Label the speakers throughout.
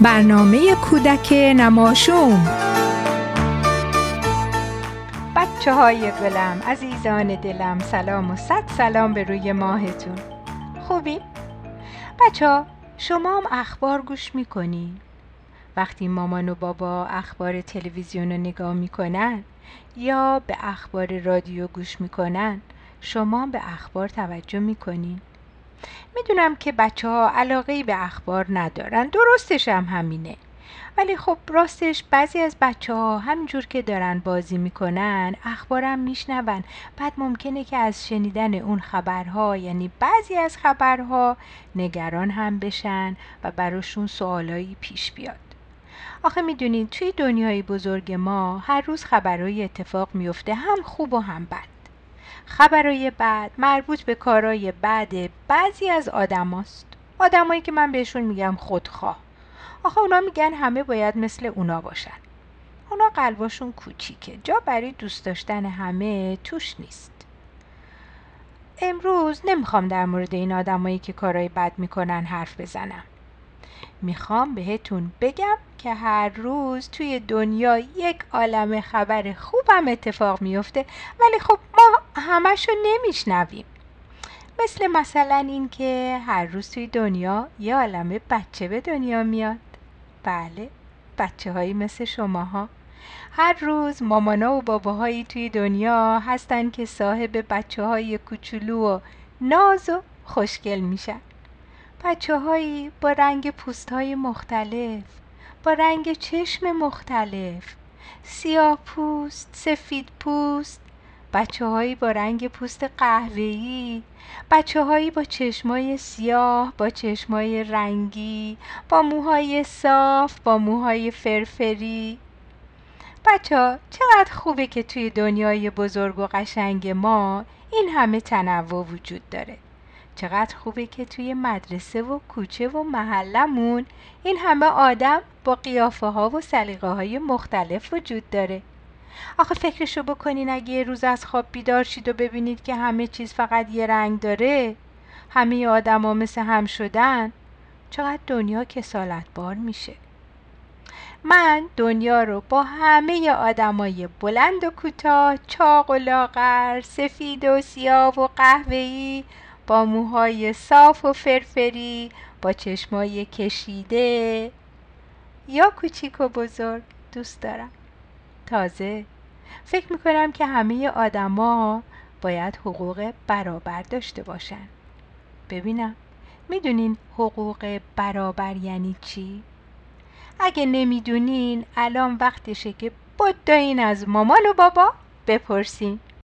Speaker 1: برنامه کودک نماشوم. بچه های گلم، عزیزان دلم، سلام و صد سلام به روی ماهتون. خوبی؟ بچه ها، شما هم اخبار گوش میکنین؟ وقتی مامان و بابا اخبار تلویزیون رو نگاه میکنن یا به اخبار رادیو گوش میکنن، شما هم به اخبار توجه میکنین؟ میدونم که بچه ها علاقه‌ای به اخبار ندارن، درستش هم همینه. ولی خب راستش بعضی از بچه ها همینجور که دارن بازی میکنن اخبارم میشنون. بعد ممکنه که از شنیدن اون خبرها، یعنی بعضی از خبرها، نگران هم بشن و براشون سوالایی پیش بیاد. آخه میدونین توی دنیای بزرگ ما هر روز خبرهای اتفاق میفته، هم خوب و هم بد. خبرای بد مربوط به کارای بد بعضی از آدماست، آدمایی که من بهشون میگم خودخواه. آخه اونا میگن همه باید مثل اونا باشن. اونا قلباشون کوچیکه، جا برای دوست داشتن همه توش نیست. امروز نمیخوام در مورد این آدمایی که کارای بد میکنن حرف بزنم. میخوام بهتون بگم که هر روز توی دنیا یک عالمه خبر خوبم اتفاق میفته، ولی خب ما همشو نمیشنویم. مثلا این که هر روز توی دنیا یه عالمه بچه به دنیا میاد. بله، بچه هایی مثل شماها. هر روز مامانا و باباهایی توی دنیا هستن که صاحب بچه های کوچولو و ناز و خوشگل میشن. بچه هایی با رنگ پوست های مختلف، با رنگ چشم مختلف، سیاه پوست، سفید پوست، بچه هایی با رنگ پوست قهوه‌ای، بچه هایی با چشمای سیاه، با چشمای رنگی، با موهای صاف، با موهای فرفری. بچه ها، چقدر خوبه که توی دنیای بزرگ و قشنگ ما این همه تنوع وجود داره. چقدر خوبه که توی مدرسه و کوچه و محلمون این همه آدم با قیافه ها و سلیقه های مختلف وجود داره. آخه فکرشو بکنین اگه یه روز از خواب بیدار شید و ببینید که همه چیز فقط یه رنگ داره، همه آدم ها مثل هم شدن، چقدر دنیا کسالت بار میشه. من دنیا رو با همه آدمای بلند و کوتاه، چاق و لاغر، سفید و سیاه و قهوه‌ای، با موهای صاف و فرفری، با چشمای کشیده یا کوچیک و بزرگ دوست دارم. تازه فکر میکنم که همه آدما باید حقوق برابر داشته باشن. ببینم میدونین حقوق برابر یعنی چی؟ اگه نمیدونین الان وقتشه که بدین از مامان و بابا بپرسین.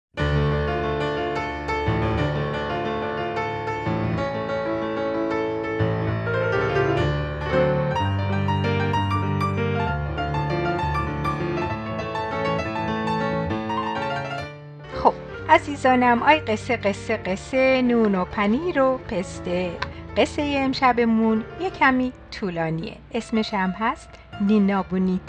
Speaker 1: خب عزیزانم، آی قصه نون و پنیر و پسته. قصه امشبمون یه کمی طولانیه، اسمش هم هست نینا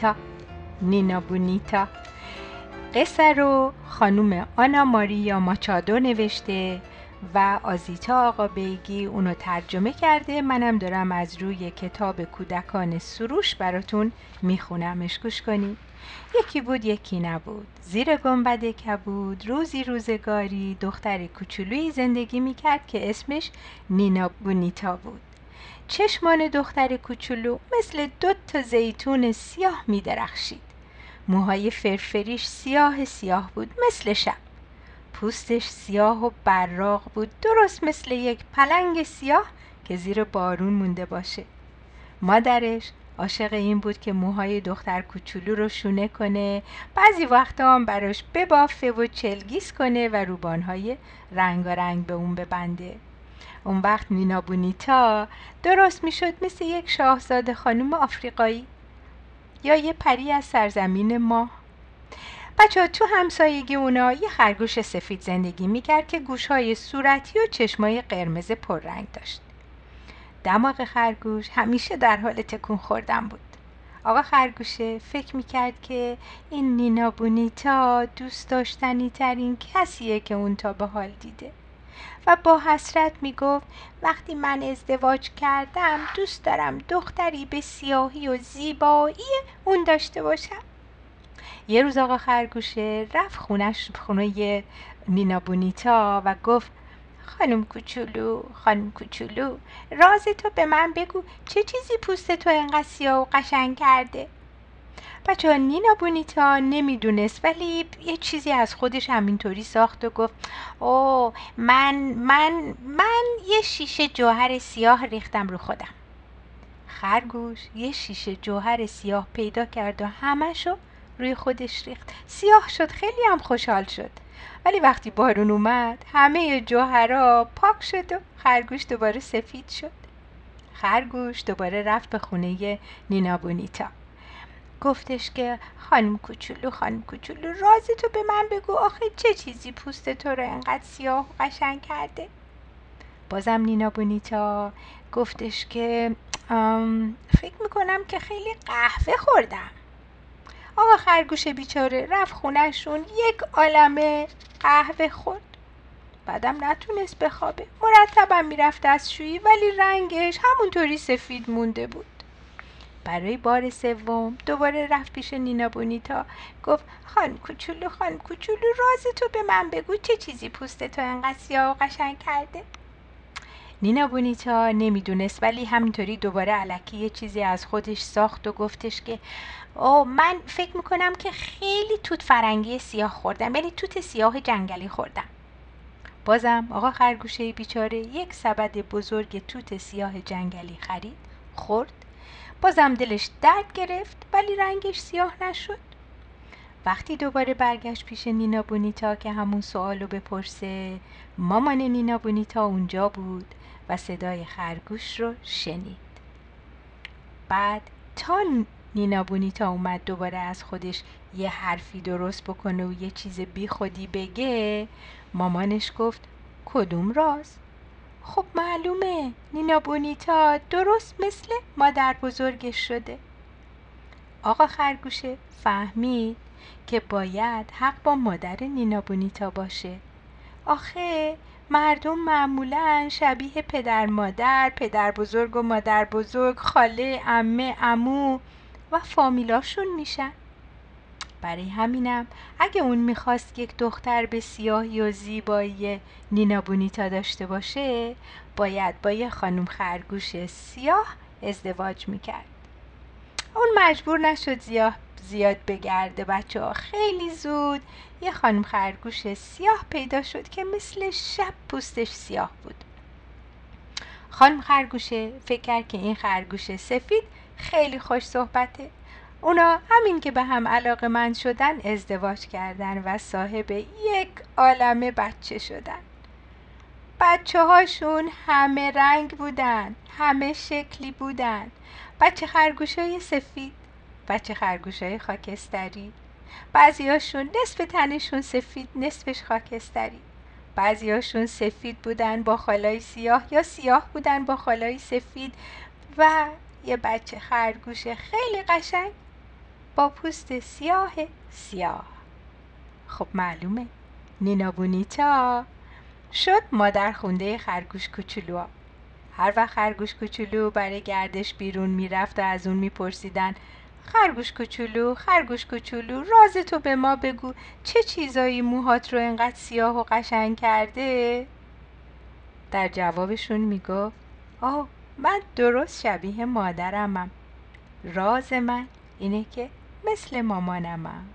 Speaker 1: بونیتا. قصه رو خانوم آنا ماریا ماچادو نوشته و آزیتا آقا بیگی اونو ترجمه کرده. منم دارم از روی کتاب کودکان سروش براتون میخونمش، گوش کنید. یکی بود یکی نبود، زیر گنبد کبود، روزی روزگاری دختر کوچولویی زندگی میکرد که اسمش نینا بونیتا بود. چشمان دختر کوچولو مثل 2 زیتون سیاه میدرخشید. موهای فرفریش سیاه بود مثل شب. پوستش سیاه و براق بود، درست مثل یک پلنگ سیاه که زیر بارون مونده باشه. مادرش عاشق این بود که موهای دختر کوچولو رو شونه کنه، بعضی وقتا هم براش ببافه و چلگیس کنه و روبانهای رنگارنگ به اون ببنده. اون وقت نینا بونیتا درست میشد مثل یک شاهزاده خانم آفریقایی یا یه پری از سرزمین ما. بچه تو همسایگی اونا یه خرگوش سفید زندگی میکرد که گوشهای صورتی و چشمای قرمز پررنگ داشت. دماغ خرگوش همیشه در حال تکون خوردن بود. آقا خرگوشه فکر میکرد که این نینا بونیتا دوست داشتنی ترین کسیه که اون تا به حال دیده. و با حسرت میگفت وقتی من ازدواج کردم دوست دارم دختری به سیاهی و زیبایی اون داشته باشم. یه روز آقا خرگوشه رفت خونه نینا بونیتا و گفت خانم کوچولو راز تو به من بگو، چه چیزی پوست تو اینقدر سیاه و قشنگ کرده؟ بچه ها نینا بونیتا نمیدونست ولی یه چیزی از خودش همینطوری ساخت و گفت اوه من یه شیشه جوهر سیاه ریختم رو خودم. خرگوش یه شیشه جوهر سیاه پیدا کرد و همشو روی خودش ریخت. سیاه شد، خیلی هم خوشحال شد. ولی وقتی بارون اومد همه جوهرها پاک شد و خرگوش دوباره سفید شد. خرگوش دوباره رفت به خونه نینا بونیتا. گفتش که خانم کوچولو راز تو به من بگو، آخه چه چیزی پوست تو رو انقدر سیاه و قشنگ کرده؟ بازم نینا بونیتا گفتش که فکر میکنم که خیلی قهوه خوردم. آقا خرگوش بیچاره رفت خونهشون، یک عالمه قهوه خورد. بعدم نتونست بخوابه. مرتبا میرفت دستشویی ولی رنگش همونطوری سفید مونده بود. برای بار سوم دوباره رفت پیش نینا بونیتا. گفت خانم کوچولو راز تو به من بگو، چه چیزی پوست تو انقدر سیاه و قشنگ کرده؟ نینا بونیتا نمیدونست ولی همینطوری دوباره الکی یه چیزی از خودش ساخت و گفتش که من فکر میکنم که خیلی توت فرنگی سیاه خوردم، یعنی توت سیاه جنگلی خوردم. بازم آقا خرگوشه بیچاره یک سبد بزرگ توت سیاه جنگلی خورد. بازم دلش درد گرفت ولی رنگش سیاه نشد. وقتی دوباره برگشت پیش نینا بونیتا که همون سوالو بپرسه، مامان نینا بونیتا اونجا بود و صدای خرگوش رو شنید. بعد تا نینا بونیتا اومد دوباره از خودش یه حرفی درست بکنه و یه چیز بی خودی بگه، مامانش گفت کدوم راز؟ خب معلومه، نینا بونیتا درست مثل مادر بزرگش شده. آقا خرگوشه فهمید که باید حق با مادر نینا بونیتا باشه. آخه مردم معمولاً شبیه پدر مادر، پدر بزرگ و مادر بزرگ، خاله، عمه، عمو و فامیلاشون میشن. برای همینم اگه اون میخواست یک دختر به سیاهی و زیبایی نینا بونیتا داشته باشه، باید با یه خانم خرگوش سیاه ازدواج میکرد. اون مجبور نشد زیاد بگرده بچه ها. خیلی زود یه خانم خرگوش سیاه پیدا شد که مثل شب پوستش سیاه بود. خانم خرگوشه فکر کرد که این خرگوش سفید خیلی خوش صحبته. اونا همین که به هم علاقه‌مند شدن ازدواج کردن و صاحب یک عالمه بچه شدن. بچه هاشون همه رنگ بودن، همه شکلی بودن. بچه خرگوشای سفید، بچه خرگوشای خاکستری. بعضی هاشون نصف تنشون سفید، نصفش خاکستری. بعضی هاشون سفید بودن با خالای سیاه یا سیاه بودن با خالای سفید و یه بچه خرگوش خیلی قشنگ با پوست سیاه. خب معلومه نینا بونیتا شد مادر خونده خرگوش کوچولوها. هر وقت خرگوش کوچولو برای گردش بیرون میرفت و از اون میپرسیدن خرگوش کوچولو راز تو به ما بگو، چه چیزایی موهات رو اینقدر سیاه و قشنگ کرده؟ در جوابشون میگفت من درست شبیه مادرمم. راز من اینه که مثل مامانمم.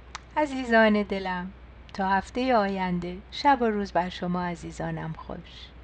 Speaker 1: عزیزان دلم، تا هفته آینده شب و روز بر شما عزیزانم خوش.